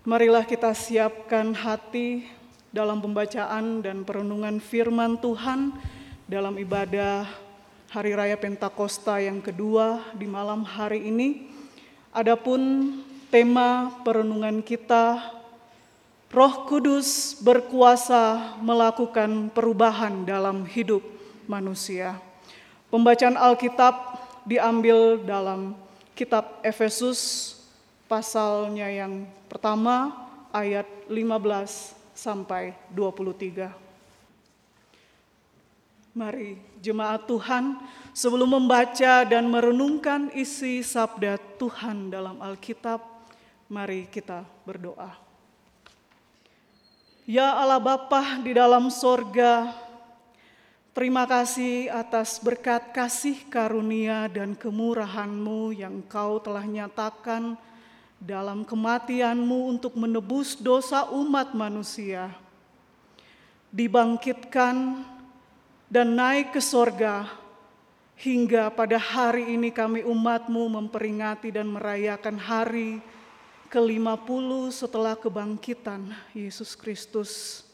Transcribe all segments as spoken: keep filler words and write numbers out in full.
Marilah kita siapkan hati dalam pembacaan dan perenungan firman Tuhan dalam ibadah Hari Raya Pentakosta yang kedua di malam hari ini. Adapun tema perenungan kita, Roh Kudus berkuasa melakukan perubahan dalam hidup manusia. Pembacaan Alkitab diambil dalam kitab Efesus pasalnya yang pertama ayat lima belas sampai dua puluh tiga. Mari jemaat Tuhan, sebelum membaca dan merenungkan isi sabda Tuhan dalam Alkitab, mari kita berdoa. Ya Allah Bapa di dalam sorga, terima kasih atas berkat kasih karunia dan kemurahan-Mu yang Kau telah nyatakan dalam kematian-Mu untuk menebus dosa umat manusia, dibangkitkan dan naik ke sorga, hingga pada hari ini kami umat-Mu memperingati dan merayakan hari ke lima puluh setelah kebangkitan Yesus Kristus,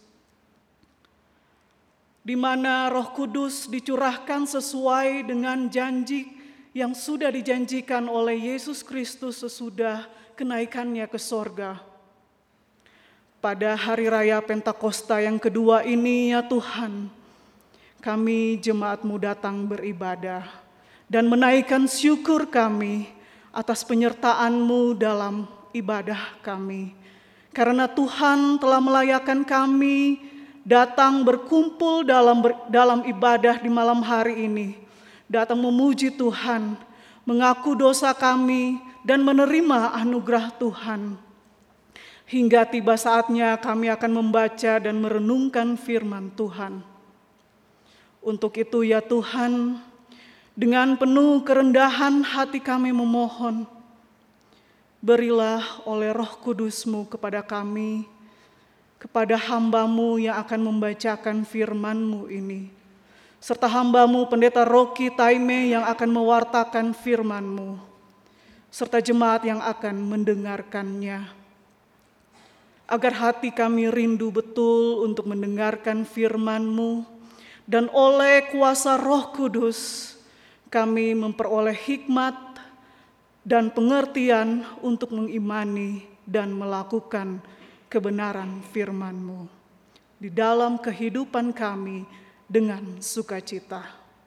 di mana Roh Kudus dicurahkan sesuai dengan janji yang sudah dijanjikan oleh Yesus Kristus sesudah kenaikannya ke sorga. Pada hari raya Pentakosta yang kedua ini, ya Tuhan, kami jemaat-Mu datang beribadah dan menaikkan syukur kami atas penyertaan-Mu dalam ibadah kami. Karena Tuhan telah melayakkan kami datang berkumpul dalam dalam ibadah di malam hari ini, datang memuji Tuhan, mengaku dosa kami dan menerima anugerah Tuhan. Hingga tiba saatnya kami akan membaca dan merenungkan firman Tuhan. Untuk itu ya Tuhan, dengan penuh kerendahan hati kami memohon, berilah oleh Roh Kudus-Mu kepada kami, kepada hamba-Mu yang akan membacakan firman-Mu ini, serta hamba-Mu Pendeta Rocky Taime yang akan mewartakan firman-Mu, serta jemaat yang akan mendengarkannya. Agar hati kami rindu betul untuk mendengarkan firman-Mu, dan oleh kuasa Roh Kudus kami memperoleh hikmat dan pengertian untuk mengimani dan melakukan kebenaran firman-Mu di dalam kehidupan kami dengan sukacita.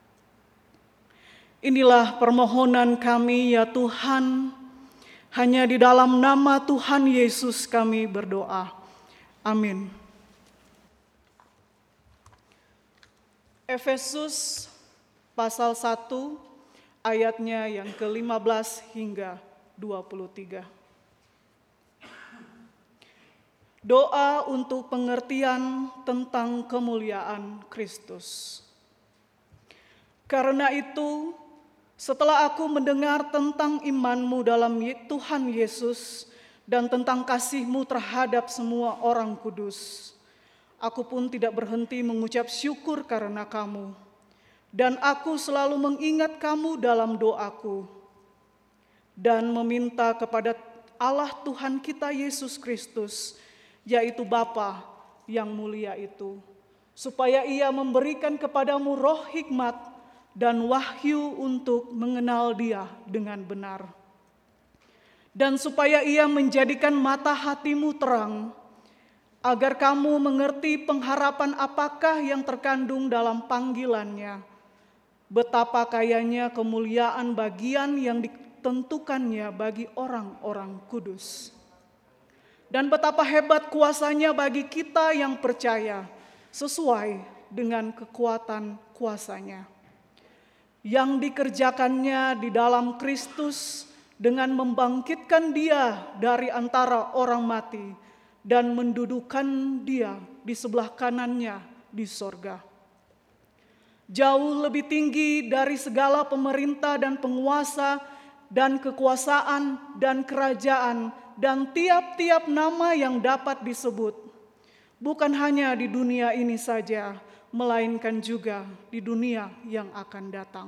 Inilah permohonan kami ya Tuhan, hanya di dalam nama Tuhan Yesus kami berdoa. Amin. Efesus pasal satu ayatnya yang ke lima belas hingga dua puluh tiga. Doa untuk pengertian tentang kemuliaan Kristus. Karena itu, setelah aku mendengar tentang iman-Mu dalam Tuhan Yesus dan tentang kasih-Mu terhadap semua orang kudus, aku pun tidak berhenti mengucap syukur karena kamu. Dan aku selalu mengingat kamu dalam doaku dan meminta kepada Allah Tuhan kita Yesus Kristus, yaitu Bapa yang mulia itu, supaya Ia memberikan kepadamu roh hikmat dan wahyu untuk mengenal Dia dengan benar. Dan supaya Ia menjadikan mata hatimu terang, agar kamu mengerti pengharapan apakah yang terkandung dalam panggilannya, betapa kayanya kemuliaan bagian yang ditentukannya bagi orang-orang kudus, dan betapa hebat kuasanya bagi kita yang percaya, sesuai dengan kekuatan kuasanya, yang dikerjakannya di dalam Kristus dengan membangkitkan Dia dari antara orang mati, dan mendudukan Dia di sebelah kanannya di sorga. Jauh lebih tinggi dari segala pemerintah dan penguasa dan kekuasaan dan kerajaan dan tiap-tiap nama yang dapat disebut. Bukan hanya di dunia ini saja, melainkan juga di dunia yang akan datang.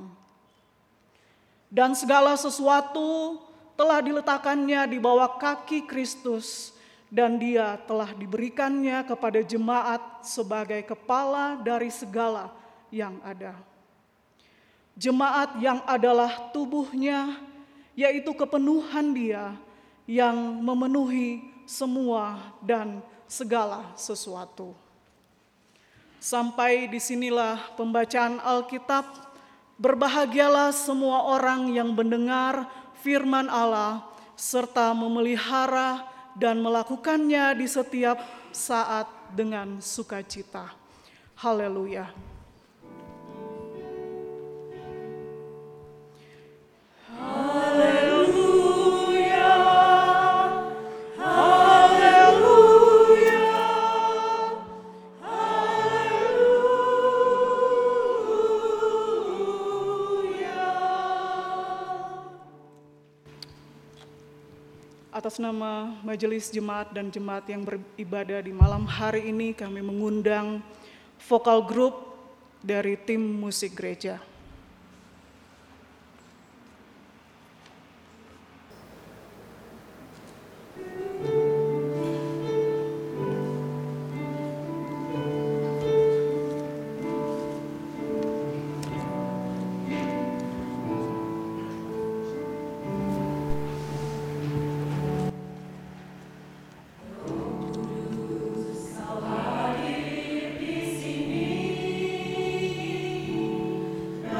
Dan segala sesuatu telah diletakkannya di bawah kaki Kristus, dan Dia telah diberikannya kepada jemaat sebagai kepala dari segala yang ada. Jemaat yang adalah tubuhnya, yaitu kepenuhan Dia yang memenuhi semua dan segala sesuatu. Sampai disinilah pembacaan Alkitab. Berbahagialah semua orang yang mendengar firman Allah serta memelihara dan melakukannya di setiap saat dengan sukacita. Haleluya. Atas nama Majelis Jemaat dan Jemaat yang beribadah di malam hari ini, kami mengundang vokal grup dari tim musik gereja. Hadir di sini.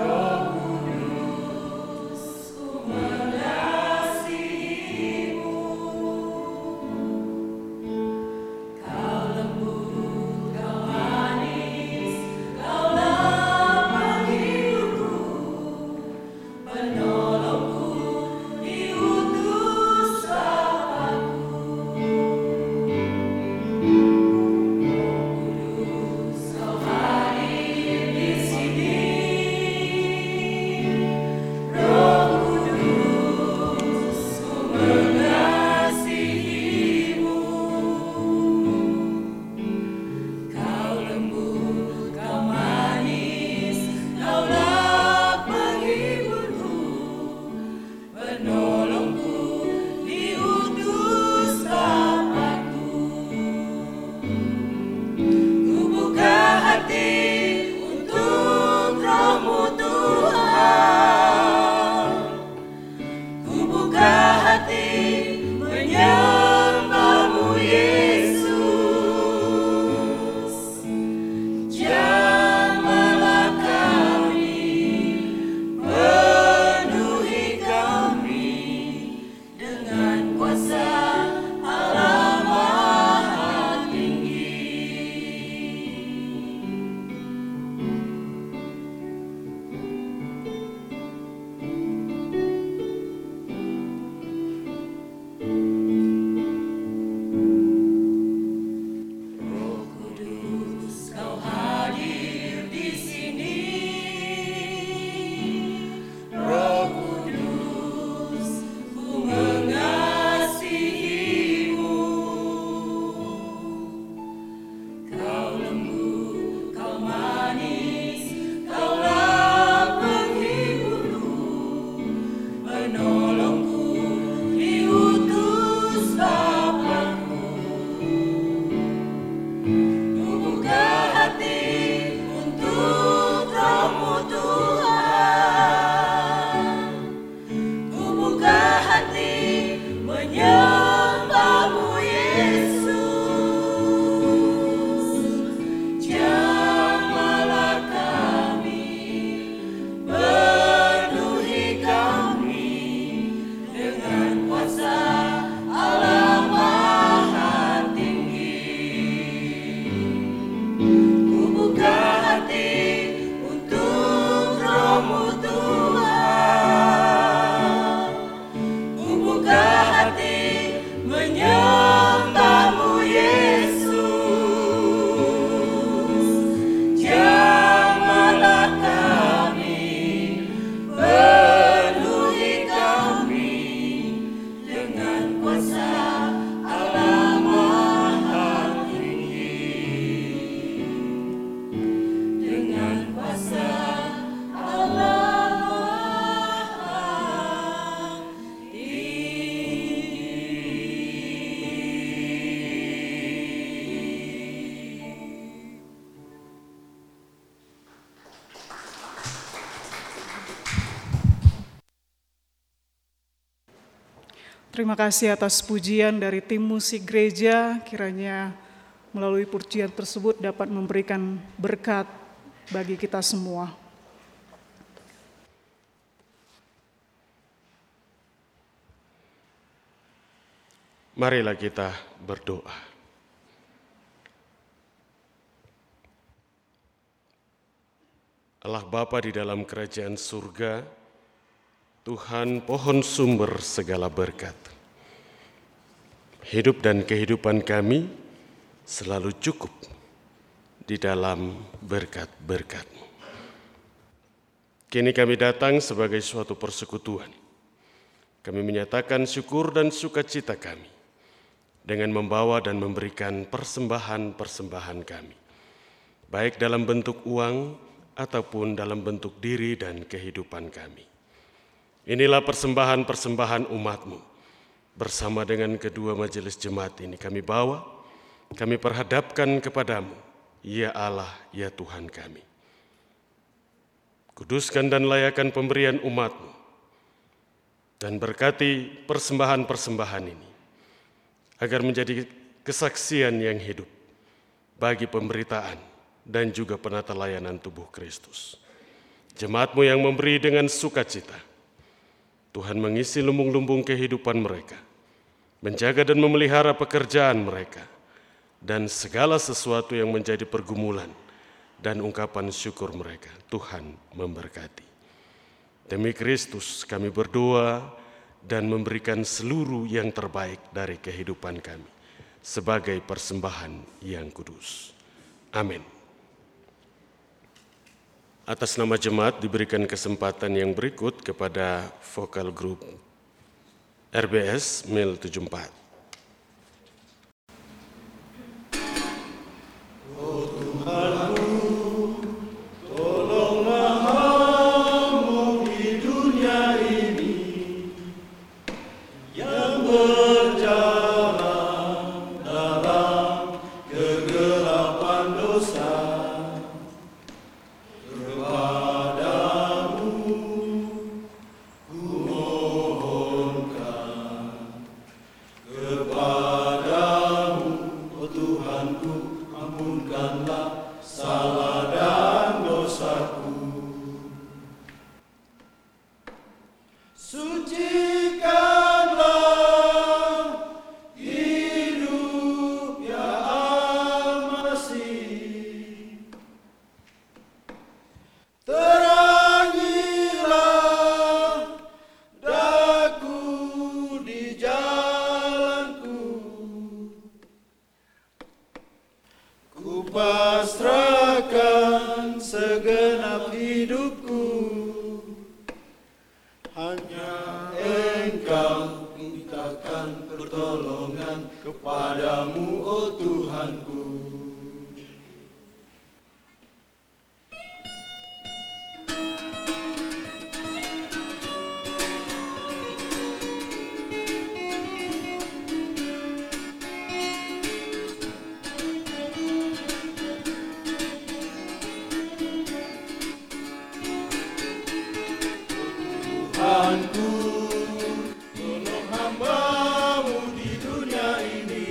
Terima kasih atas pujian dari tim musik gereja, kiranya melalui pujian tersebut dapat memberikan berkat bagi kita semua. Marilah kita berdoa. Allah Bapa di dalam kerajaan surga, Tuhan pohon sumber segala berkat. Hidup dan kehidupan kami selalu cukup di dalam berkat-berkat-Mu. Kini kami datang sebagai suatu persekutuan. Kami menyatakan syukur dan sukacita kami dengan membawa dan memberikan persembahan-persembahan kami, baik dalam bentuk uang ataupun dalam bentuk diri dan kehidupan kami. Inilah persembahan-persembahan umat-Mu. Bersama dengan kedua majelis jemaat ini kami bawa, kami perhadapkan kepadamu, ya Allah, ya Tuhan kami. Kuduskan dan layakan pemberian umat-Mu, dan berkati persembahan-persembahan ini, agar menjadi kesaksian yang hidup bagi pemberitaan dan juga penata layanan tubuh Kristus. Jemaat-Mu yang memberi dengan sukacita, Tuhan mengisi lumbung-lumbung kehidupan mereka, menjaga dan memelihara pekerjaan mereka, dan segala sesuatu yang menjadi pergumulan dan ungkapan syukur mereka. Tuhan memberkati. Demi Kristus kami berdoa dan memberikan seluruh yang terbaik dari kehidupan kami sebagai persembahan yang kudus. Amin. Atas nama jemaat diberikan kesempatan yang berikut kepada vokal grup R B S Mil tujuh puluh empat. Oh Tuhanku, tolonglah hamba-Mu di dunia ini yang berjalan dalam kegelapan dosa. Pasrahkan segenap hidupku, hanya Engkau mintakan pertolongan kepadamu, oh Tuhanku. Tuhanku, tolong hamba-Mu di dunia ini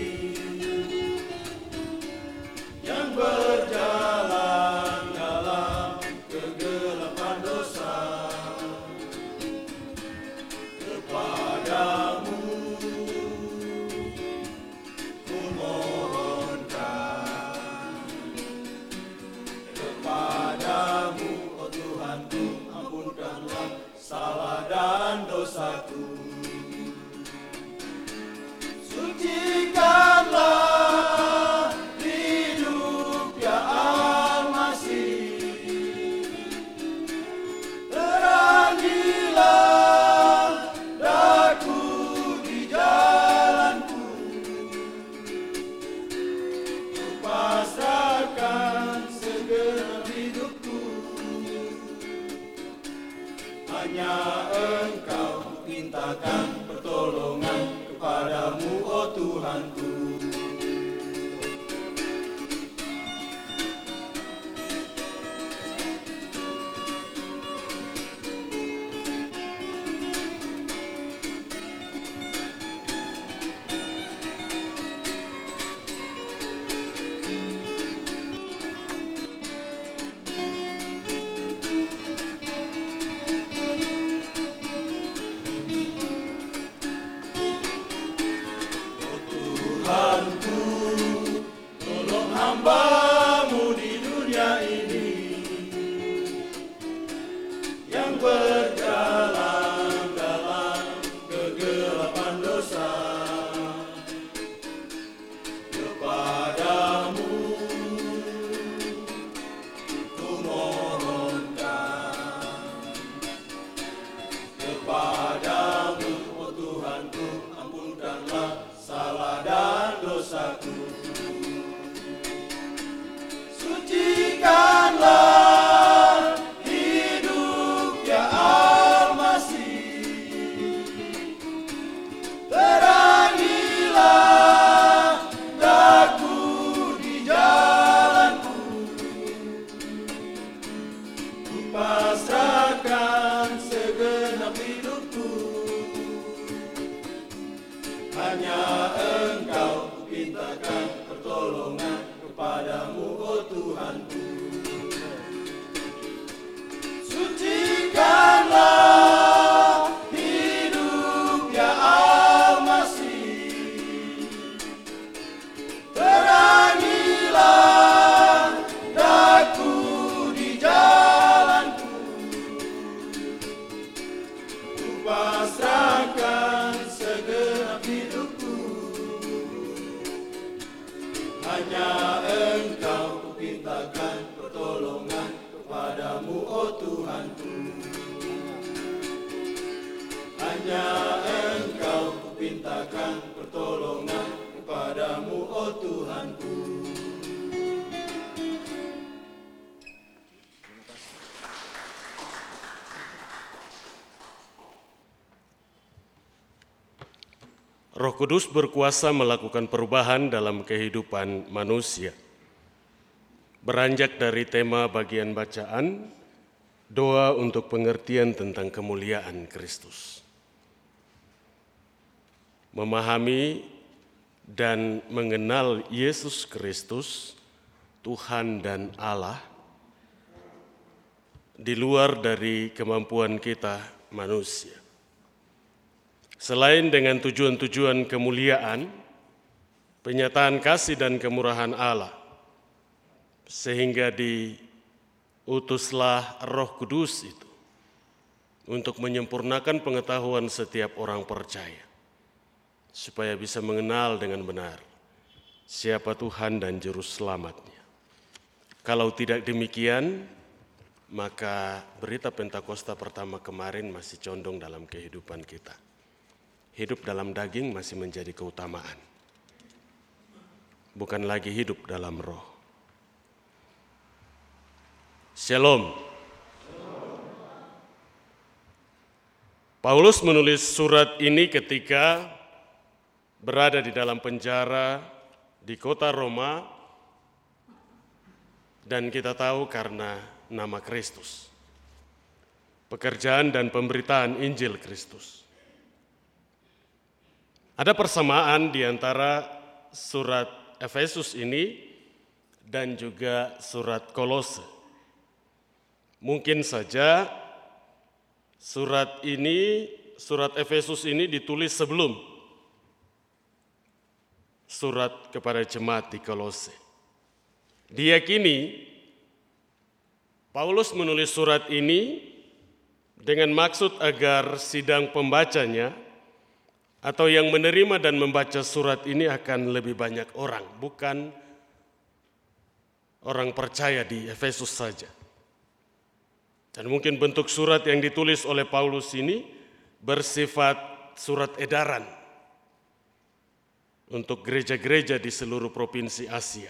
yang berjalan dalam kegelapan dosa. Kepadamu ku mohonkan, kepadamu, oh Tuhanku, ampunkanlah salah dan dosaku. Sucikanlah hidup ya Al-Masih, terangilah daku di jalanku, ku pasrahkan segenap hidupku, hanya Engkau mintakan pertolongan kepadamu, oh Tuhanku. hamba-Mu di dunia ini yang berjalan dalam kegelapan dosa. Kepadamu ku mohonkan, kepadamu oh Tuhanku, ampunkanlah salah dan dosaku. Sucikanlah hidup ya Al-Masih, terangilah daku di jalanku. Ku pasrahkan segenap hidupku, hanya Engkau ku pintakan pertolongan, kepadamu oh Tuhanku. Sucikanlah hidup ya Al-Masih, terangilah daku di jalanku. Ku pasrahkan segenap hidupku, hanya Engkau ku pintakan pertolongan, kepadamu oh Tuhanku. Hanya Engkau ku pintakan pertolongan, kepadamu oh Tuhanku. Roh Kudus berkuasa melakukan perubahan dalam kehidupan manusia. Beranjak dari tema bagian bacaan, doa untuk pengertian tentang kemuliaan Kristus. Memahami dan mengenal Yesus Kristus, Tuhan dan Allah, di luar dari kemampuan kita manusia. Selain dengan tujuan-tujuan kemuliaan, penyataan kasih dan kemurahan Allah, sehingga diutuslah Roh Kudus itu untuk menyempurnakan pengetahuan setiap orang percaya, supaya bisa mengenal dengan benar siapa Tuhan dan Juru Selamatnya. Kalau tidak demikian, maka berita Pentakosta pertama kemarin masih condong dalam kehidupan kita. Hidup dalam daging masih menjadi keutamaan, bukan lagi hidup dalam roh. Shalom. Paulus menulis surat ini ketika berada di dalam penjara di kota Roma, dan kita tahu karena nama Kristus, pekerjaan dan pemberitaan Injil Kristus. Ada persamaan di antara surat Efesus ini dan juga surat Kolose. Mungkin saja surat ini, surat Efesus ini ditulis sebelum surat kepada jemaat di Kolose. Diyakini Paulus menulis surat ini dengan maksud agar sidang pembacanya atau yang menerima dan membaca surat ini akan lebih banyak orang, bukan orang percaya di Efesus saja. Dan mungkin bentuk surat yang ditulis oleh Paulus ini bersifat surat edaran untuk gereja-gereja di seluruh provinsi Asia.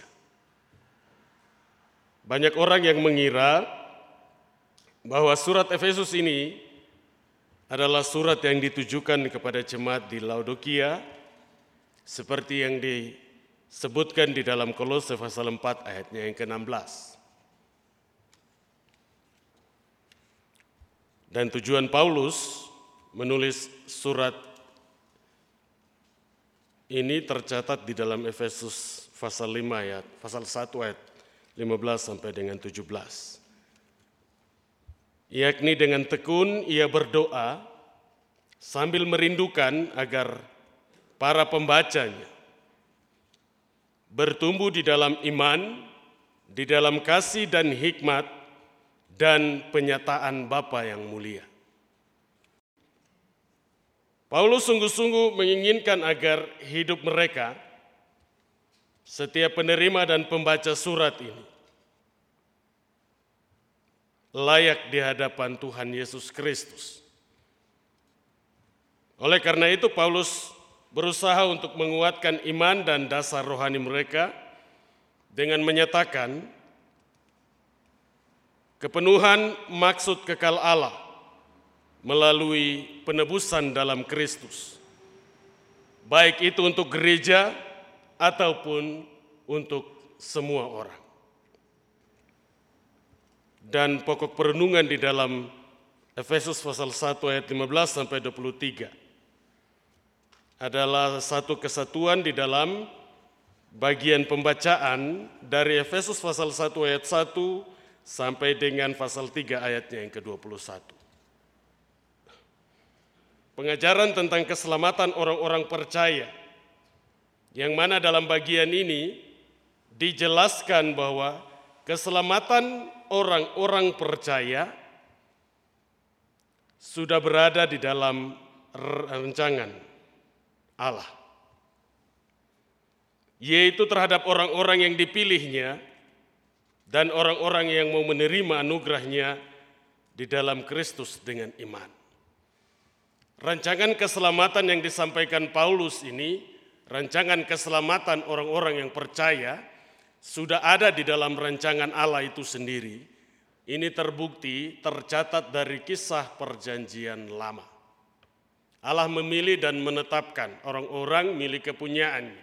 Banyak orang yang mengira bahwa surat Efesus ini adalah surat yang ditujukan kepada jemaat di Laodikia, seperti yang disebutkan di dalam Kolose pasal empat ayatnya yang ke enam belas. Dan tujuan Paulus menulis surat ini tercatat di dalam Efesus pasal lima ayat, pasal satu ayat lima belas sampai dengan tujuh belas. Yakni dengan tekun ia berdoa sambil merindukan agar para pembacanya bertumbuh di dalam iman, di dalam kasih dan hikmat, dan penyataan Bapa yang mulia. Paulus sungguh-sungguh menginginkan agar hidup mereka, setiap penerima dan pembaca surat ini, layak di hadapan Tuhan Yesus Kristus. Oleh karena itu, Paulus berusaha untuk menguatkan iman dan dasar rohani mereka dengan menyatakan kepenuhan maksud kekal Allah melalui penebusan dalam Kristus, baik itu untuk gereja ataupun untuk semua orang. Dan pokok perenungan di dalam Efesus pasal satu ayat lima belas sampai dua puluh tiga adalah satu kesatuan di dalam bagian pembacaan dari Efesus pasal satu ayat satu sampai dengan pasal tiga ayatnya yang ke dua puluh satu. Pengajaran tentang keselamatan orang-orang percaya, yang mana dalam bagian ini dijelaskan bahwa keselamatan orang-orang percaya sudah berada di dalam rancangan Allah, yaitu terhadap orang-orang yang dipilihnya dan orang-orang yang mau menerima anugerahnya di dalam Kristus dengan iman. Rancangan keselamatan yang disampaikan Paulus ini, rancangan keselamatan orang-orang yang percaya, sudah ada di dalam rancangan Allah itu sendiri. Ini terbukti, tercatat dari kisah perjanjian lama. Allah memilih dan menetapkan orang-orang milik kepunyaannya.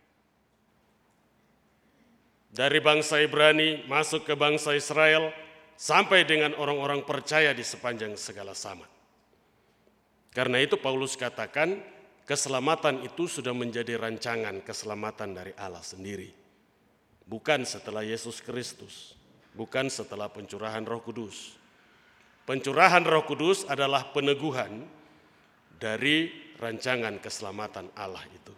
Dari bangsa Ibrani masuk ke bangsa Israel, sampai dengan orang-orang percaya di sepanjang segala zaman. Karena itu Paulus katakan, keselamatan itu sudah menjadi rancangan keselamatan dari Allah sendiri. Bukan setelah Yesus Kristus, bukan setelah pencurahan Roh Kudus. Pencurahan Roh Kudus adalah peneguhan dari rancangan keselamatan Allah itu.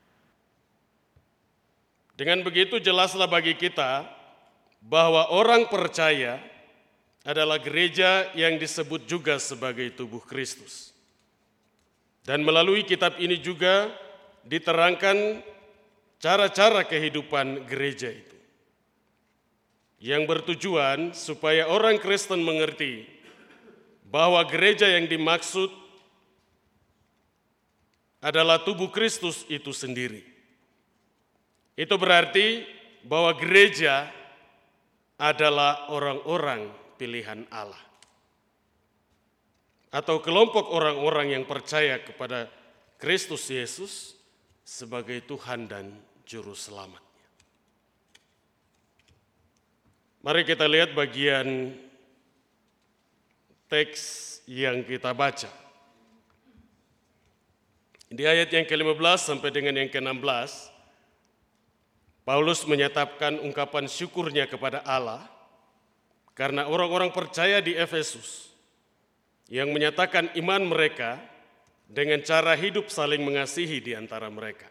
Dengan begitu jelaslah bagi kita bahwa orang percaya adalah gereja yang disebut juga sebagai tubuh Kristus. Dan melalui kitab ini juga diterangkan cara-cara kehidupan gereja itu, yang bertujuan supaya orang Kristen mengerti bahwa gereja yang dimaksud adalah tubuh Kristus itu sendiri. Itu berarti bahwa gereja adalah orang-orang pilihan Allah, atau kelompok orang-orang yang percaya kepada Kristus Yesus sebagai Tuhan dan Juru Selamatnya. Mari kita lihat bagian teks yang kita baca. Di ayat yang ke lima belas sampai dengan yang ke enam belas, Paulus menyatakan ungkapan syukurnya kepada Allah karena orang-orang percaya di Efesus yang menyatakan iman mereka dengan cara hidup saling mengasihi di antara mereka.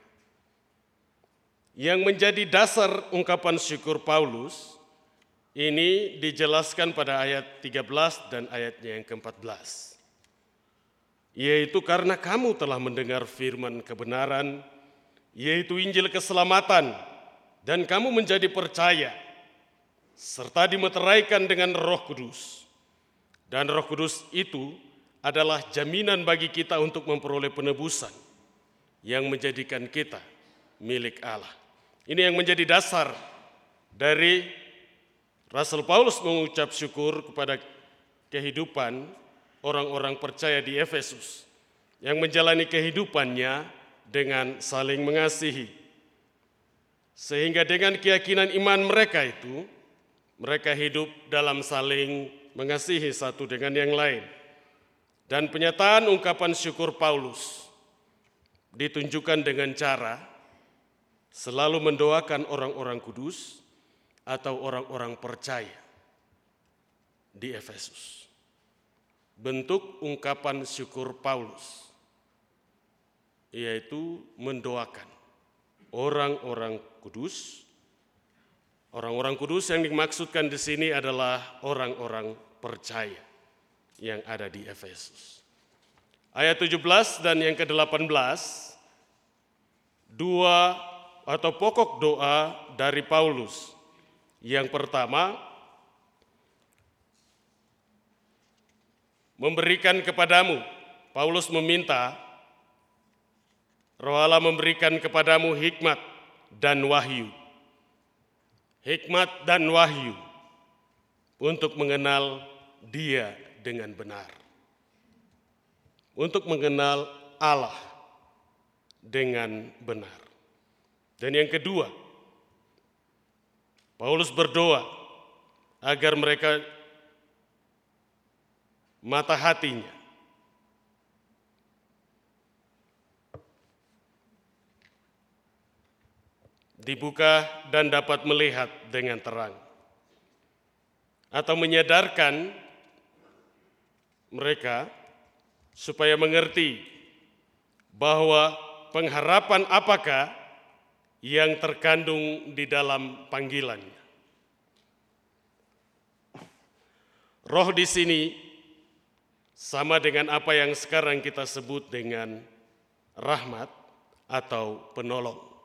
Yang menjadi dasar ungkapan syukur Paulus ini dijelaskan pada ayat tiga belas dan ayatnya yang ke empat belas. Yaitu karena kamu telah mendengar firman kebenaran, yaitu Injil keselamatan, dan kamu menjadi percaya, serta dimeteraikan dengan Roh Kudus. Dan Roh Kudus itu adalah jaminan bagi kita untuk memperoleh penebusan yang menjadikan kita milik Allah. Ini yang menjadi dasar dari Rasul Paulus mengucap syukur kepada kehidupan orang-orang percaya di Efesus yang menjalani kehidupannya dengan saling mengasihi. Sehingga dengan keyakinan iman mereka itu, mereka hidup dalam saling mengasihi satu dengan yang lain. Dan penyataan ungkapan syukur Paulus ditunjukkan dengan cara selalu mendoakan orang-orang kudus atau orang-orang percaya di Efesus. Bentuk ungkapan syukur Paulus yaitu mendoakan orang-orang kudus. Orang-orang kudus yang dimaksudkan di sini adalah orang-orang percaya yang ada di Efesus. Ayat tujuh belas dan yang ke-delapan belas, dua atau pokok doa dari Paulus. Yang pertama, memberikan kepadamu, Paulus meminta Roh Allah memberikan kepadamu hikmat dan wahyu. Hikmat dan wahyu untuk mengenal Dia dengan benar. Untuk mengenal Allah dengan benar. Dan yang kedua, Paulus berdoa agar mereka mata hatinya dibuka dan dapat melihat dengan terang, atau menyadarkan mereka supaya mengerti bahwa pengharapan apakah yang terkandung di dalam panggilannya. Roh di sini sama dengan apa yang sekarang kita sebut dengan rahmat atau penolong.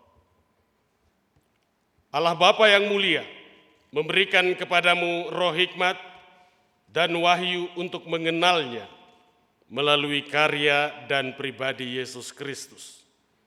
Allah Bapa yang mulia memberikan kepadamu roh hikmat dan wahyu untuk mengenalnya melalui karya dan pribadi Yesus Kristus.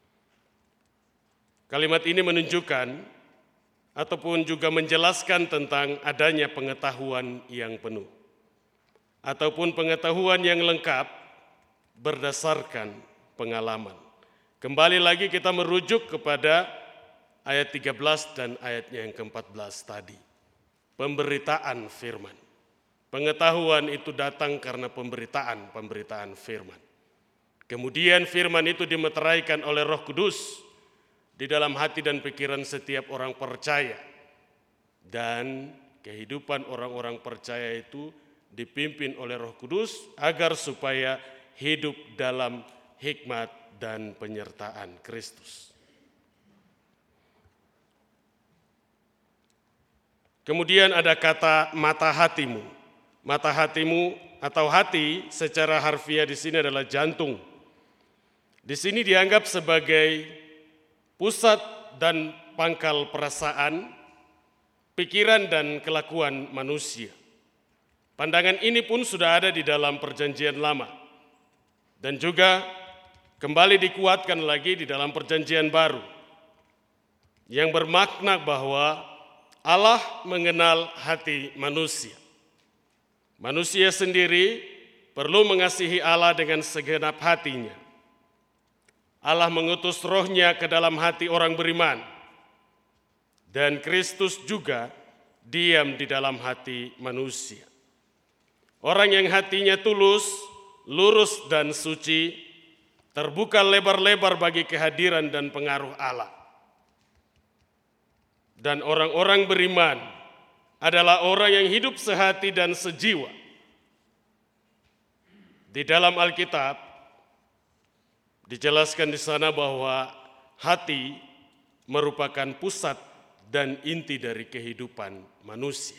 Kalimat ini menunjukkan ataupun juga menjelaskan tentang adanya pengetahuan yang penuh ataupun pengetahuan yang lengkap berdasarkan pengalaman. Kembali lagi kita merujuk kepada ayat tiga belas dan ayatnya yang keempat belas tadi. Pemberitaan firman. Pengetahuan itu datang karena pemberitaan, pemberitaan firman. Kemudian firman itu dimeteraikan oleh Roh Kudus di dalam hati dan pikiran setiap orang percaya. Dan kehidupan orang-orang percaya itu dipimpin oleh Roh Kudus agar supaya hidup dalam hikmat dan penyertaan Kristus. Kemudian ada kata mata hatimu. Mata hatimu atau hati secara harfiah di sini adalah jantung. Di sini dianggap sebagai pusat dan pangkal perasaan, pikiran dan kelakuan manusia. Pandangan ini pun sudah ada di dalam Perjanjian Lama dan juga kembali dikuatkan lagi di dalam Perjanjian Baru yang bermakna bahwa Allah mengenal hati manusia. Manusia sendiri perlu mengasihi Allah dengan segenap hatinya. Allah mengutus rohnya ke dalam hati orang beriman. Dan Kristus juga diam di dalam hati manusia. Orang yang hatinya tulus, lurus dan suci, terbuka lebar-lebar bagi kehadiran dan pengaruh Allah. Dan orang-orang beriman adalah orang yang hidup sehati dan sejiwa. Di dalam Alkitab dijelaskan di sana bahwa hati merupakan pusat dan inti dari kehidupan manusia.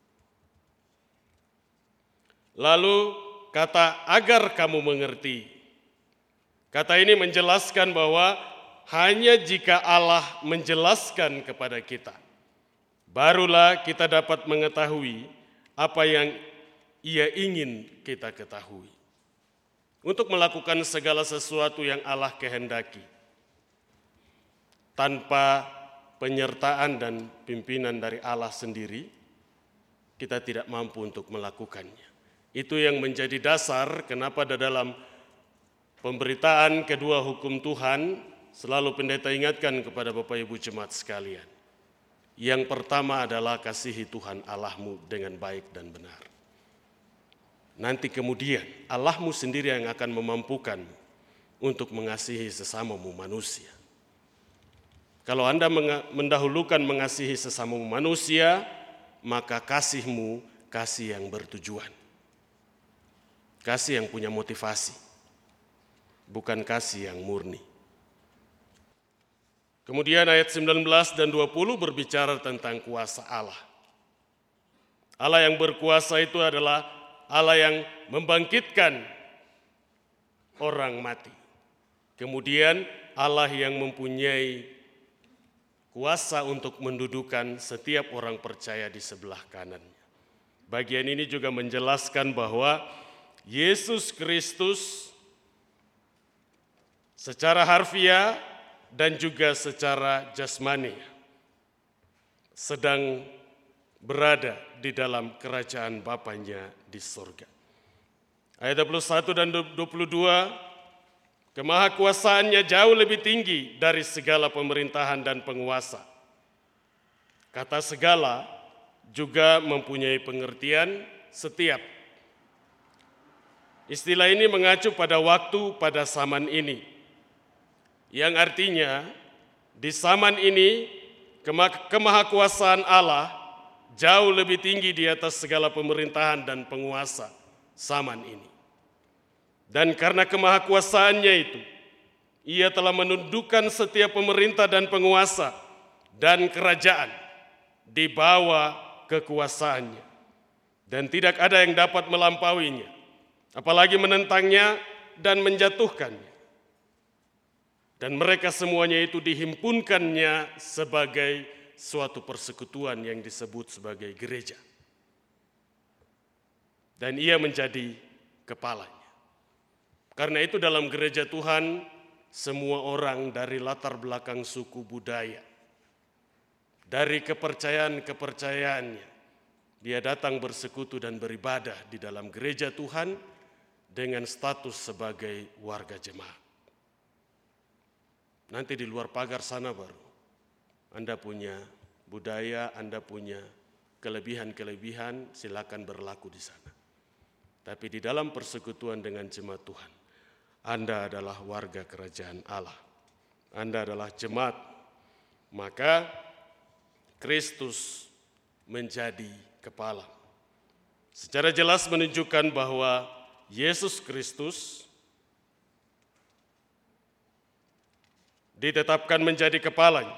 Lalu kata agar kamu mengerti. Kata ini menjelaskan bahwa hanya jika Allah menjelaskan kepada kita, barulah kita dapat mengetahui apa yang Ia ingin kita ketahui. Untuk melakukan segala sesuatu yang Allah kehendaki, tanpa penyertaan dan pimpinan dari Allah sendiri, kita tidak mampu untuk melakukannya. Itu yang menjadi dasar kenapa di dalam pemberitaan kedua hukum Tuhan, selalu pendeta ingatkan kepada Bapak Ibu jemaat sekalian. Yang pertama adalah kasihi Tuhan Allahmu dengan baik dan benar. Nanti kemudian Allahmu sendiri yang akan memampukanmu untuk mengasihi sesamamu manusia. Kalau Anda mendahulukan mengasihi sesamamu manusia, maka kasihmu kasih yang bertujuan. Kasih yang punya motivasi, bukan kasih yang murni. Kemudian ayat sembilan belas dan dua puluh berbicara tentang kuasa Allah. Allah yang berkuasa itu adalah Allah yang membangkitkan orang mati. Kemudian Allah yang mempunyai kuasa untuk mendudukan setiap orang percaya di sebelah kanannya. Bagian ini juga menjelaskan bahwa Yesus Kristus secara harfiah dan juga secara jasmani sedang berada di dalam kerajaan Bapanya di surga. Ayat dua puluh satu dan dua puluh dua, kemahakuasaannya jauh lebih tinggi dari segala pemerintahan dan penguasa. Kata segala juga mempunyai pengertian setiap. Istilah ini mengacu pada waktu pada zaman ini, yang artinya di zaman ini kemahakuasaan Allah jauh lebih tinggi di atas segala pemerintahan dan penguasa zaman ini. Dan karena kemahakuasaannya itu, Ia telah menundukkan setiap pemerintah dan penguasa dan kerajaan di bawah kekuasaannya. Dan tidak ada yang dapat melampauinya, apalagi menentangnya dan menjatuhkannya. Dan mereka semuanya itu dihimpunkannya sebagai suatu persekutuan yang disebut sebagai gereja. Dan ia menjadi kepalanya. Karena itu dalam gereja Tuhan, semua orang dari latar belakang suku budaya, dari kepercayaan-kepercayaannya, dia datang bersekutu dan beribadah di dalam gereja Tuhan dengan status sebagai warga jemaat. Nanti di luar pagar sana baru Anda punya budaya, Anda punya kelebihan-kelebihan, silakan berlaku di sana. Tapi di dalam persekutuan dengan jemaat Tuhan, Anda adalah warga kerajaan Allah. Anda adalah jemaat. Maka Kristus menjadi kepala. Secara jelas menunjukkan bahwa Yesus Kristus ditetapkan menjadi kepalanya.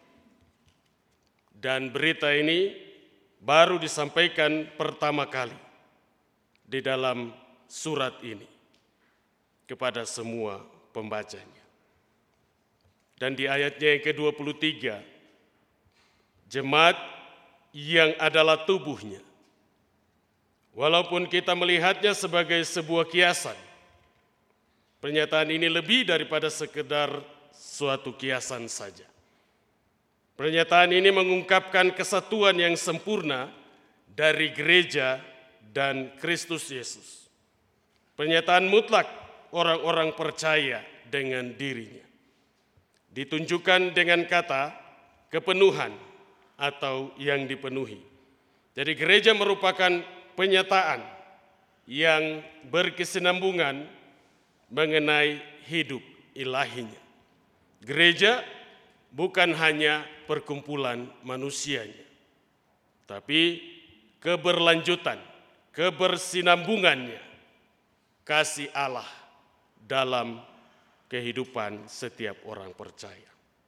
Dan berita ini baru disampaikan pertama kali di dalam surat ini kepada semua pembacanya. Dan di ayatnya yang ke dua puluh tiga, jemaat yang adalah tubuhnya. Walaupun kita melihatnya sebagai sebuah kiasan, pernyataan ini lebih daripada sekedar suatu kiasan saja. Pernyataan ini mengungkapkan kesatuan yang sempurna dari gereja dan Kristus Yesus. Pernyataan mutlak orang-orang percaya dengan dirinya. Ditunjukkan dengan kata kepenuhan atau yang dipenuhi. Jadi gereja merupakan penyataan yang berkesinambungan mengenai hidup ilahinya. Gereja bukan hanya perkumpulan manusianya, tapi keberlanjutan, kebersinambungannya, kasih Allah dalam kehidupan setiap orang percaya.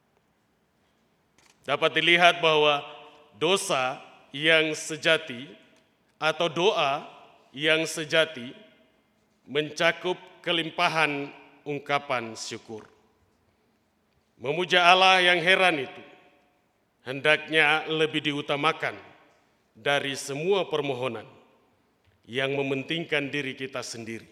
Dapat dilihat bahwa dosa yang sejati atau doa yang sejati mencakup kelimpahan ungkapan syukur. Memuja Allah yang heran itu hendaknya lebih diutamakan dari semua permohonan yang mementingkan diri kita sendiri.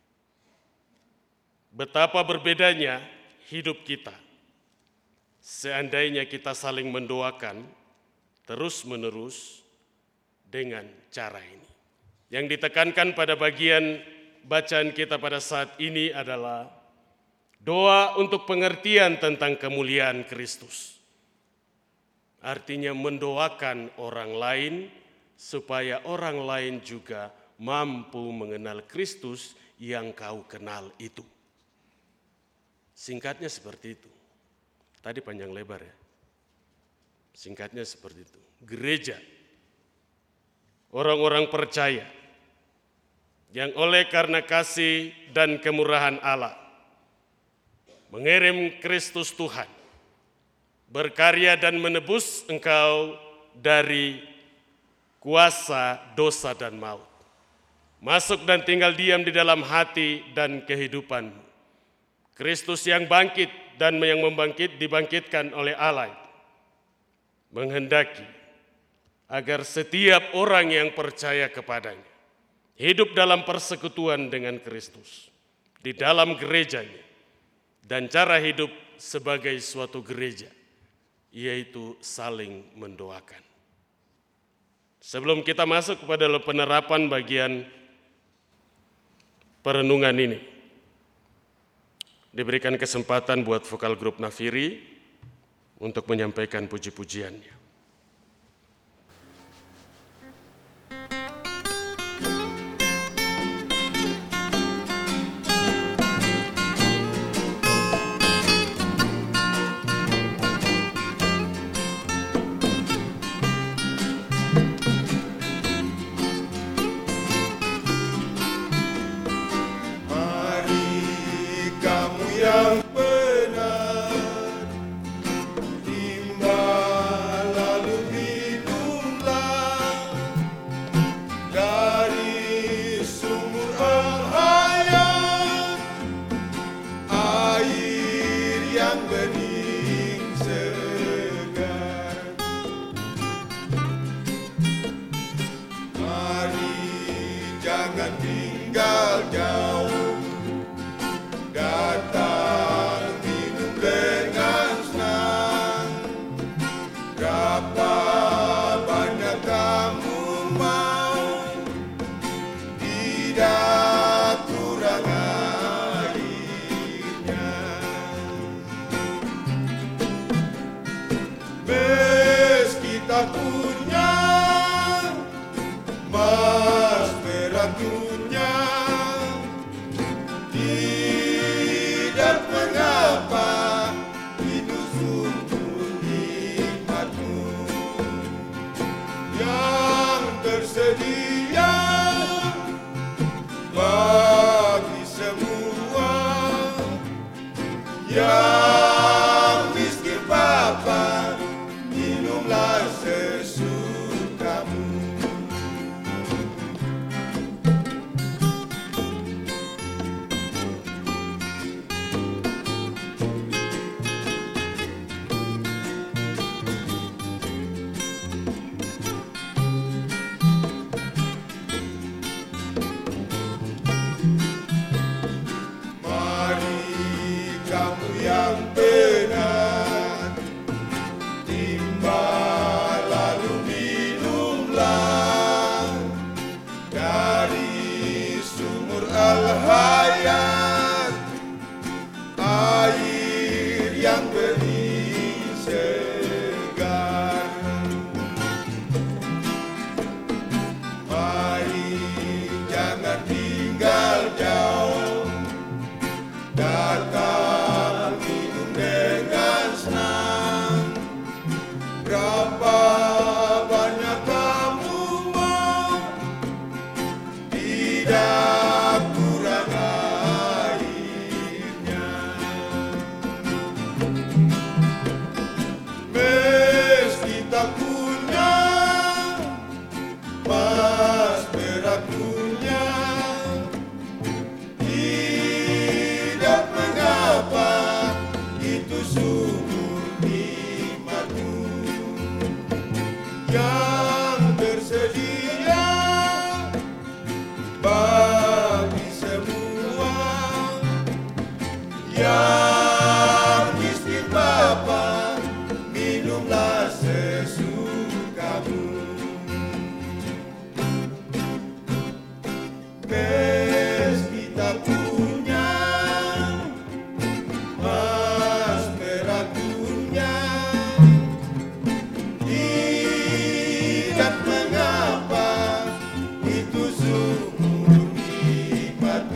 Betapa berbedanya hidup kita seandainya kita saling mendoakan terus-menerus dengan cara ini. Yang ditekankan pada bagian bacaan kita pada saat ini adalah doa untuk pengertian tentang kemuliaan Kristus. Artinya mendoakan orang lain supaya orang lain juga mampu mengenal Kristus yang kau kenal itu. Singkatnya seperti itu. Tadi panjang lebar ya. Singkatnya seperti itu. Gereja, orang-orang percaya yang oleh karena kasih dan kemurahan Allah mengirim Kristus Tuhan berkarya dan menebus engkau dari kuasa dosa dan maut. Masuk dan tinggal diam di dalam hati dan kehidupanmu. Kristus yang bangkit dan yang membangkit dibangkitkan oleh Allah menghendaki agar setiap orang yang percaya kepadanya hidup dalam persekutuan dengan Kristus di dalam gerejanya, dan cara hidup sebagai suatu gereja yaitu saling mendoakan. Sebelum kita masuk kepada penerapan bagian perenungan ini, diberikan kesempatan buat vokal grup Nafiri untuk menyampaikan puji-pujiannya.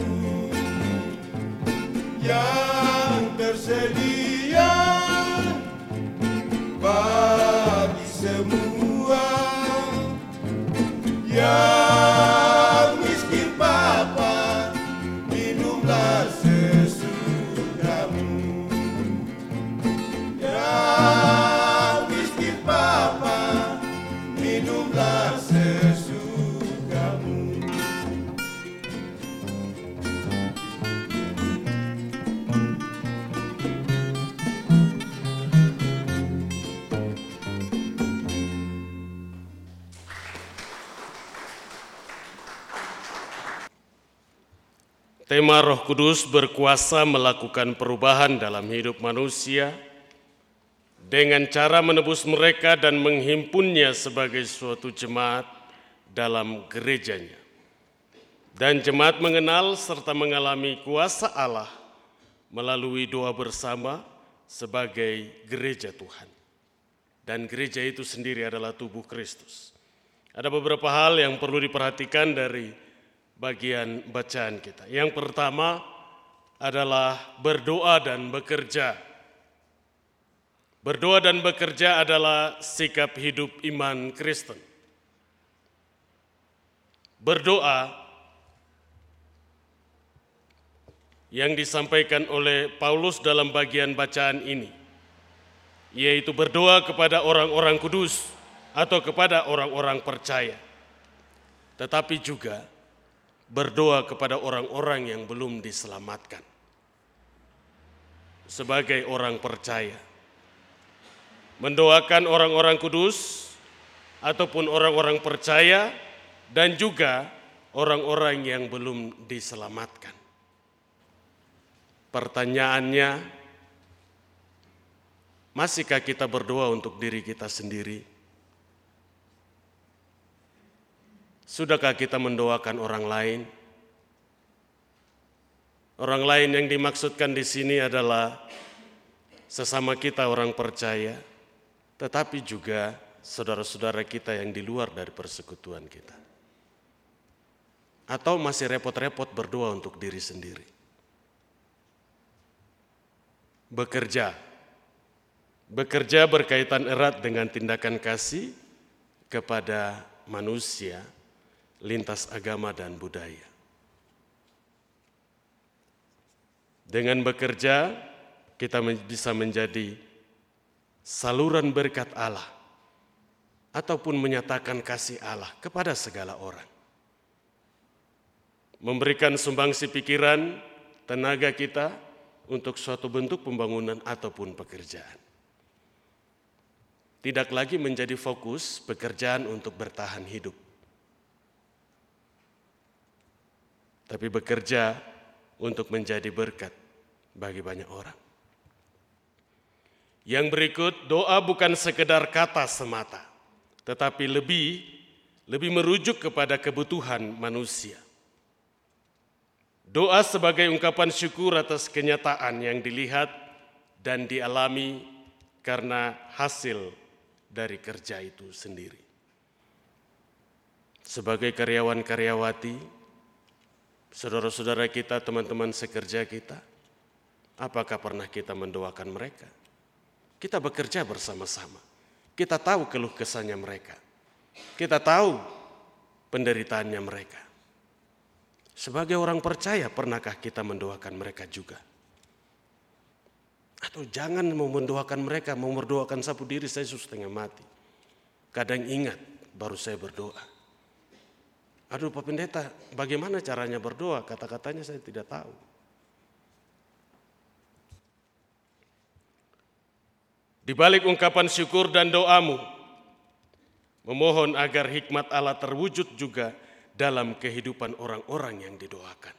Yang tersedia tema Roh Kudus berkuasa melakukan perubahan dalam hidup manusia dengan cara menebus mereka dan menghimpunnya sebagai suatu jemaat dalam gerejanya. Dan jemaat mengenal serta mengalami kuasa Allah melalui doa bersama sebagai gereja Tuhan. Dan gereja itu sendiri adalah tubuh Kristus. Ada beberapa hal yang perlu diperhatikan dari bagian bacaan kita. Yang pertama adalah berdoa dan bekerja. Berdoa dan bekerja adalah sikap hidup iman Kristen. Berdoa yang disampaikan oleh Paulus dalam bagian bacaan ini, yaitu berdoa kepada orang-orang kudus atau kepada orang-orang percaya. Tetapi juga berdoa kepada orang-orang yang belum diselamatkan. Sebagai orang percaya, mendoakan orang-orang kudus ataupun orang-orang percaya dan juga orang-orang yang belum diselamatkan. Pertanyaannya, masihkah kita berdoa untuk diri kita sendiri? Sudahkah kita mendoakan orang lain? Orang lain yang dimaksudkan di sini adalah sesama kita orang percaya, tetapi juga saudara-saudara kita yang di luar dari persekutuan kita. Atau masih repot-repot berdoa untuk diri sendiri? Bekerja. Bekerja berkaitan erat dengan tindakan kasih kepada manusia lintas agama dan budaya. Dengan bekerja, kita bisa menjadi saluran berkat Allah ataupun menyatakan kasih Allah kepada segala orang. Memberikan sumbangsi pikiran, tenaga kita untuk suatu bentuk pembangunan ataupun pekerjaan. Tidak lagi menjadi fokus pekerjaan untuk bertahan hidup, tapi bekerja untuk menjadi berkat bagi banyak orang. Yang berikut, doa bukan sekedar kata semata, tetapi lebih lebih merujuk kepada kebutuhan manusia. Doa sebagai ungkapan syukur atas kenyataan yang dilihat dan dialami karena hasil dari kerja itu sendiri. Sebagai karyawan-karyawati, saudara-saudara kita, teman-teman sekerja kita, apakah pernah kita mendoakan mereka? Kita bekerja bersama-sama. Kita tahu keluh kesahnya mereka. Kita tahu penderitaannya mereka. Sebagai orang percaya, pernahkah kita mendoakan mereka juga? Atau jangan mau mendoakan mereka, mau mendoakan sapu diri, saya sudah setengah mati. Kadang ingat, baru saya berdoa. Aduh Pak Pendeta, bagaimana caranya berdoa? Kata-katanya saya tidak tahu. Di balik ungkapan syukur dan doamu, memohon agar hikmat Allah terwujud juga dalam kehidupan orang-orang yang didoakan.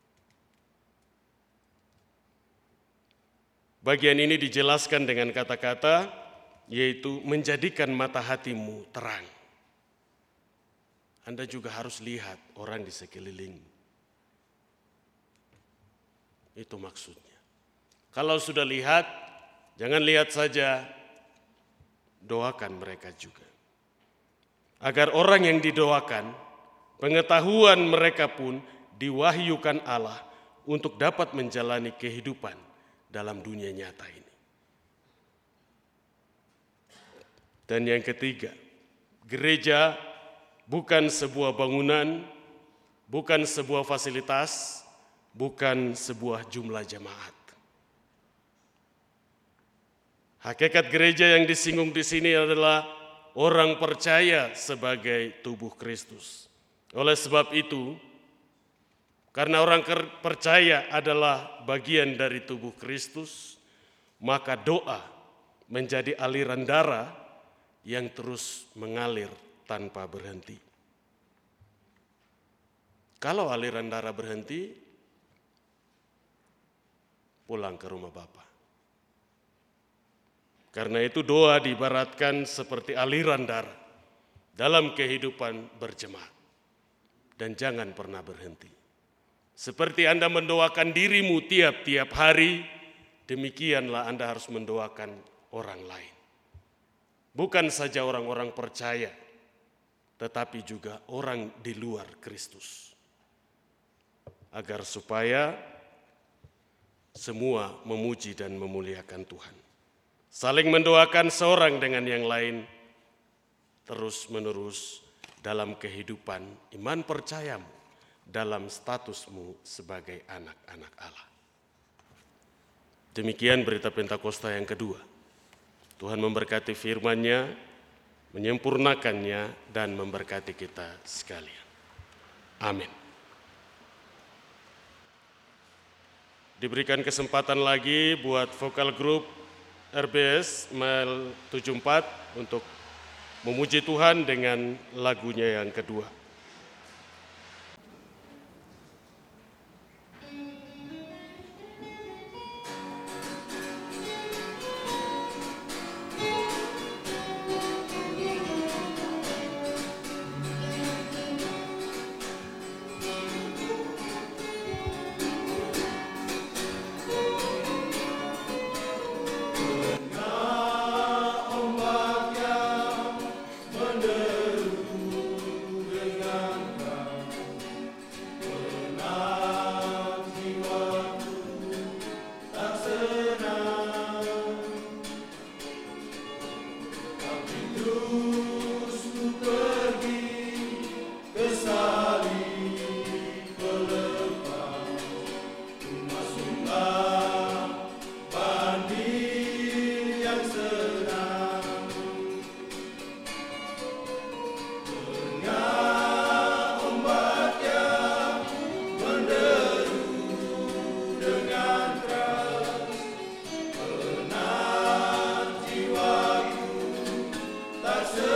Bagian ini dijelaskan dengan kata-kata, yaitu menjadikan mata hatimu terang. Anda juga harus lihat orang di sekelilingmu. Itu maksudnya. Kalau sudah lihat, jangan lihat saja, doakan mereka juga. Agar orang yang didoakan, pengetahuan mereka pun diwahyukan Allah untuk dapat menjalani kehidupan dalam dunia nyata ini. Dan yang ketiga, gereja bukan sebuah bangunan, bukan sebuah fasilitas, bukan sebuah jumlah jemaat. Hakikat gereja yang disinggung di sini adalah orang percaya sebagai tubuh Kristus. Oleh sebab itu, karena orang percaya adalah bagian dari tubuh Kristus, maka doa menjadi aliran darah yang terus mengalir tanpa berhenti. Kalau aliran darah berhenti, pulang ke rumah Bapa. Karena itu doa diibaratkan seperti aliran darah dalam kehidupan berjemaat. Dan jangan pernah berhenti. Seperti Anda mendoakan dirimu tiap-tiap hari, demikianlah Anda harus mendoakan orang lain. Bukan saja orang-orang percaya, tetapi juga orang di luar Kristus. Agar supaya semua memuji dan memuliakan Tuhan. Saling mendoakan seorang dengan yang lain, terus-menerus dalam kehidupan iman percayamu, dalam statusmu sebagai anak-anak Allah. Demikian berita Pentakosta yang kedua. Tuhan memberkati firman-Nya, menyempurnakannya, dan memberkati kita sekalian. Amin. Diberikan kesempatan lagi buat vokal grup R B S Mile tujuh puluh empat untuk memuji Tuhan dengan lagunya yang kedua. Tak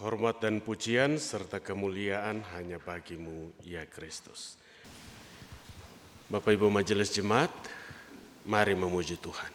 hormat dan pujian serta kemuliaan hanya bagi-Mu, ya Kristus. Bapak Ibu Majelis Jemaat, mari memuji Tuhan.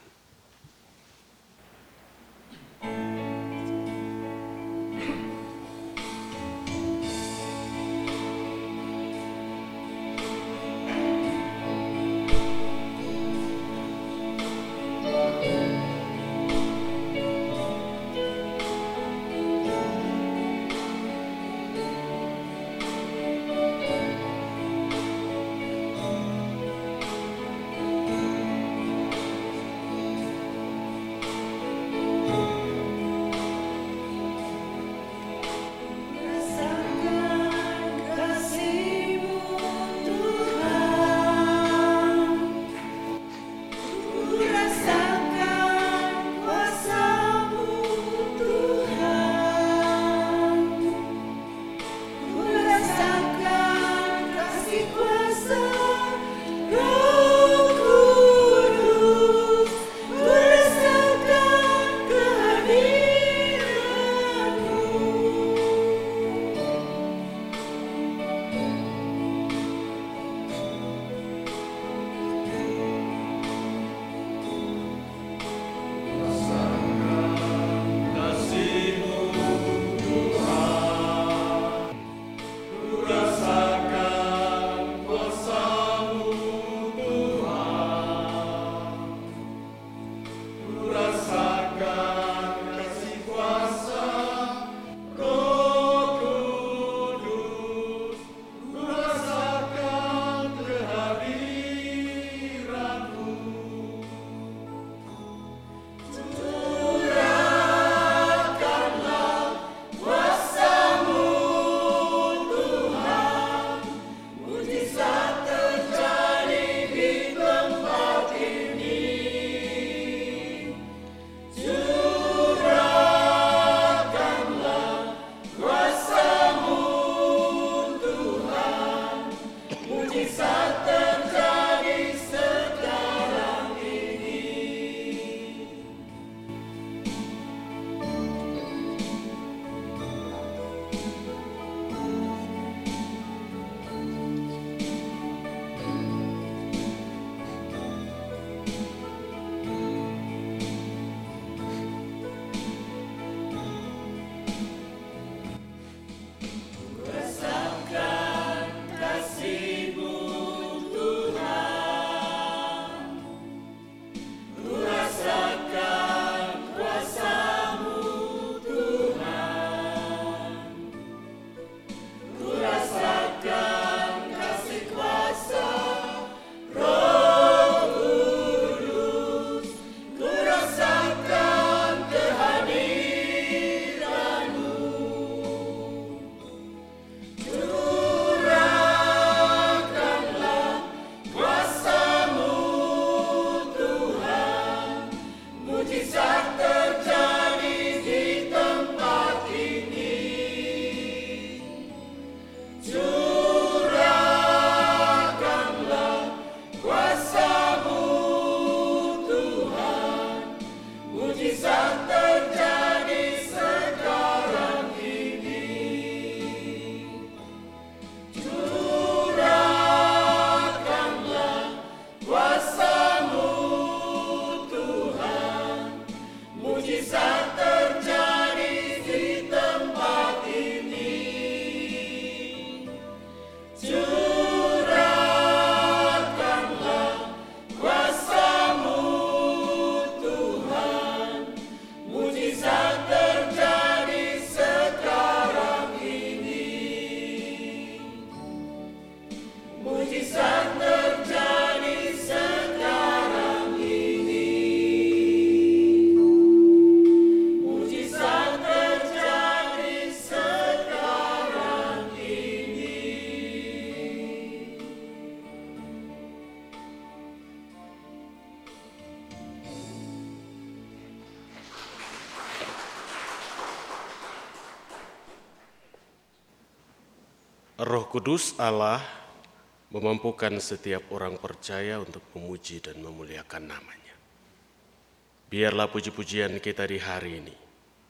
Roh Kudus Allah memampukan setiap orang percaya untuk memuji dan memuliakan namanya. Biarlah puji-pujian kita di hari ini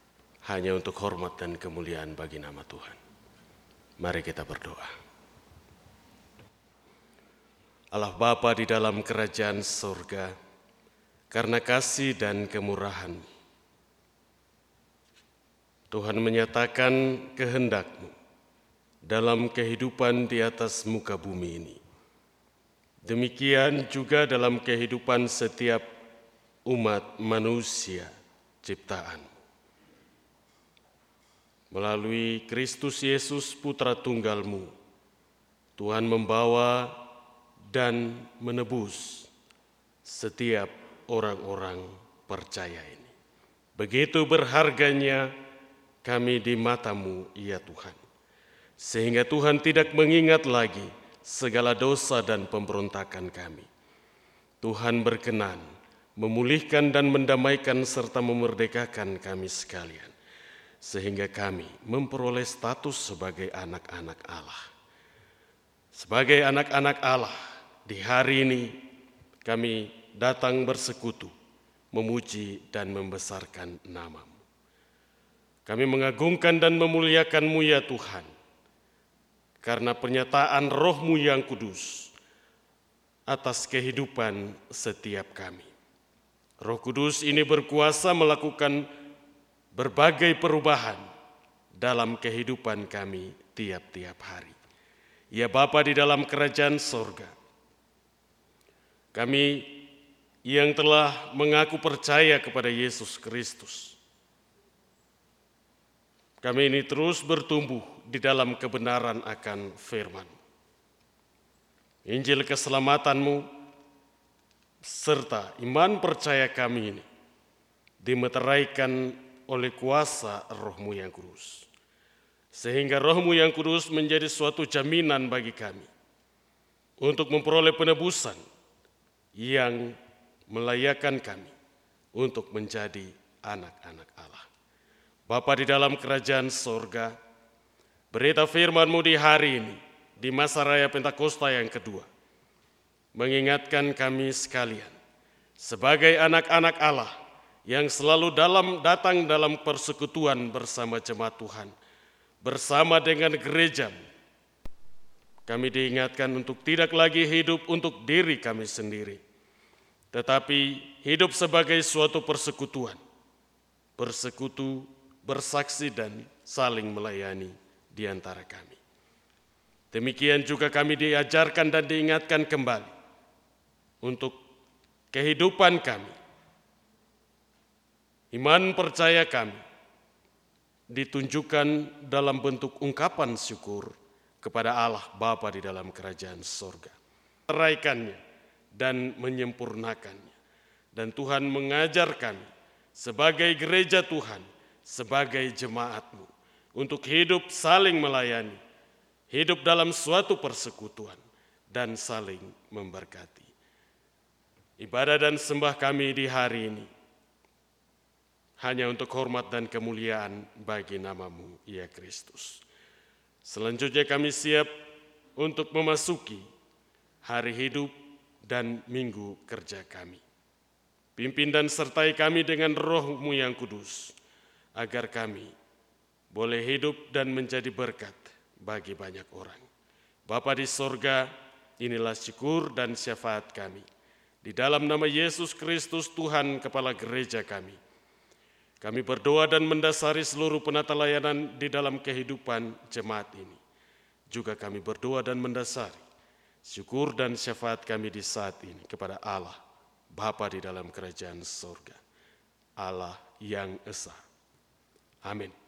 hanya untuk hormat dan kemuliaan bagi nama Tuhan. Mari kita berdoa. Allah Bapa di dalam kerajaan surga, karena kasih dan kemurahan, Tuhan menyatakan kehendak-Mu dalam kehidupan di atas muka bumi ini. Demikian juga dalam kehidupan setiap umat manusia ciptaan. Melalui Kristus Yesus Putra Tunggal-Mu, Tuhan membawa dan menebus setiap orang-orang percaya ini. Begitu berharganya kami di mata-Mu, ya Tuhan, sehingga Tuhan tidak mengingat lagi segala dosa dan pemberontakan kami. Tuhan berkenan memulihkan dan mendamaikan serta memerdekakan kami sekalian, sehingga kami memperoleh status sebagai anak-anak Allah. Sebagai anak-anak Allah, di hari ini kami datang bersekutu, memuji dan membesarkan nama-Mu. Kami mengagungkan dan memuliakan-Mu, ya Tuhan, karena pernyataan Roh-Mu yang kudus atas kehidupan setiap kami. Roh Kudus ini berkuasa melakukan berbagai perubahan dalam kehidupan kami tiap-tiap hari. Ya Bapa di dalam kerajaan sorga, kami yang telah mengaku percaya kepada Yesus Kristus, kami ini terus bertumbuh di dalam kebenaran akan firman. Injil keselamatan-Mu serta iman percaya kami ini dimeteraikan oleh kuasa Roh-Mu yang kudus. Sehingga Roh-Mu yang kudus menjadi suatu jaminan bagi kami untuk memperoleh penebusan yang melayakkan kami untuk menjadi anak-anak Allah. Bapa di dalam kerajaan sorga, berita firman-Mu di hari ini, di masa raya Pentakosta yang kedua, mengingatkan kami sekalian sebagai anak-anak Allah yang selalu dalam datang dalam persekutuan bersama jemaat Tuhan, bersama dengan gereja. Kami diingatkan untuk tidak lagi hidup untuk diri kami sendiri, tetapi hidup sebagai suatu persekutuan, bersekutu, bersaksi dan saling melayani di antara kami. Demikian juga kami diajarkan dan diingatkan kembali untuk kehidupan kami. Iman percaya kami ditunjukkan dalam bentuk ungkapan syukur kepada Allah Bapa di dalam kerajaan sorga. Teraikannya dan menyempurnakannya. Dan Tuhan mengajar kami sebagai gereja Tuhan, sebagai jemaat-Mu, untuk hidup saling melayani, hidup dalam suatu persekutuan, dan saling memberkati. Ibadah dan sembah kami di hari ini hanya untuk hormat dan kemuliaan bagi nama-Mu, ya Kristus. Selanjutnya kami siap untuk memasuki hari hidup dan minggu kerja kami. Pimpin dan sertai kami dengan Roh-Mu yang kudus, agar kami boleh hidup dan menjadi berkat bagi banyak orang. Bapa di sorga, inilah syukur dan syafaat kami. Di dalam nama Yesus Kristus Tuhan Kepala Gereja kami, kami berdoa dan mendasari seluruh penata layanan di dalam kehidupan jemaat ini. Juga kami berdoa dan mendasari syukur dan syafaat kami di saat ini kepada Allah, Bapa di dalam kerajaan surga, Allah yang esa. Amin.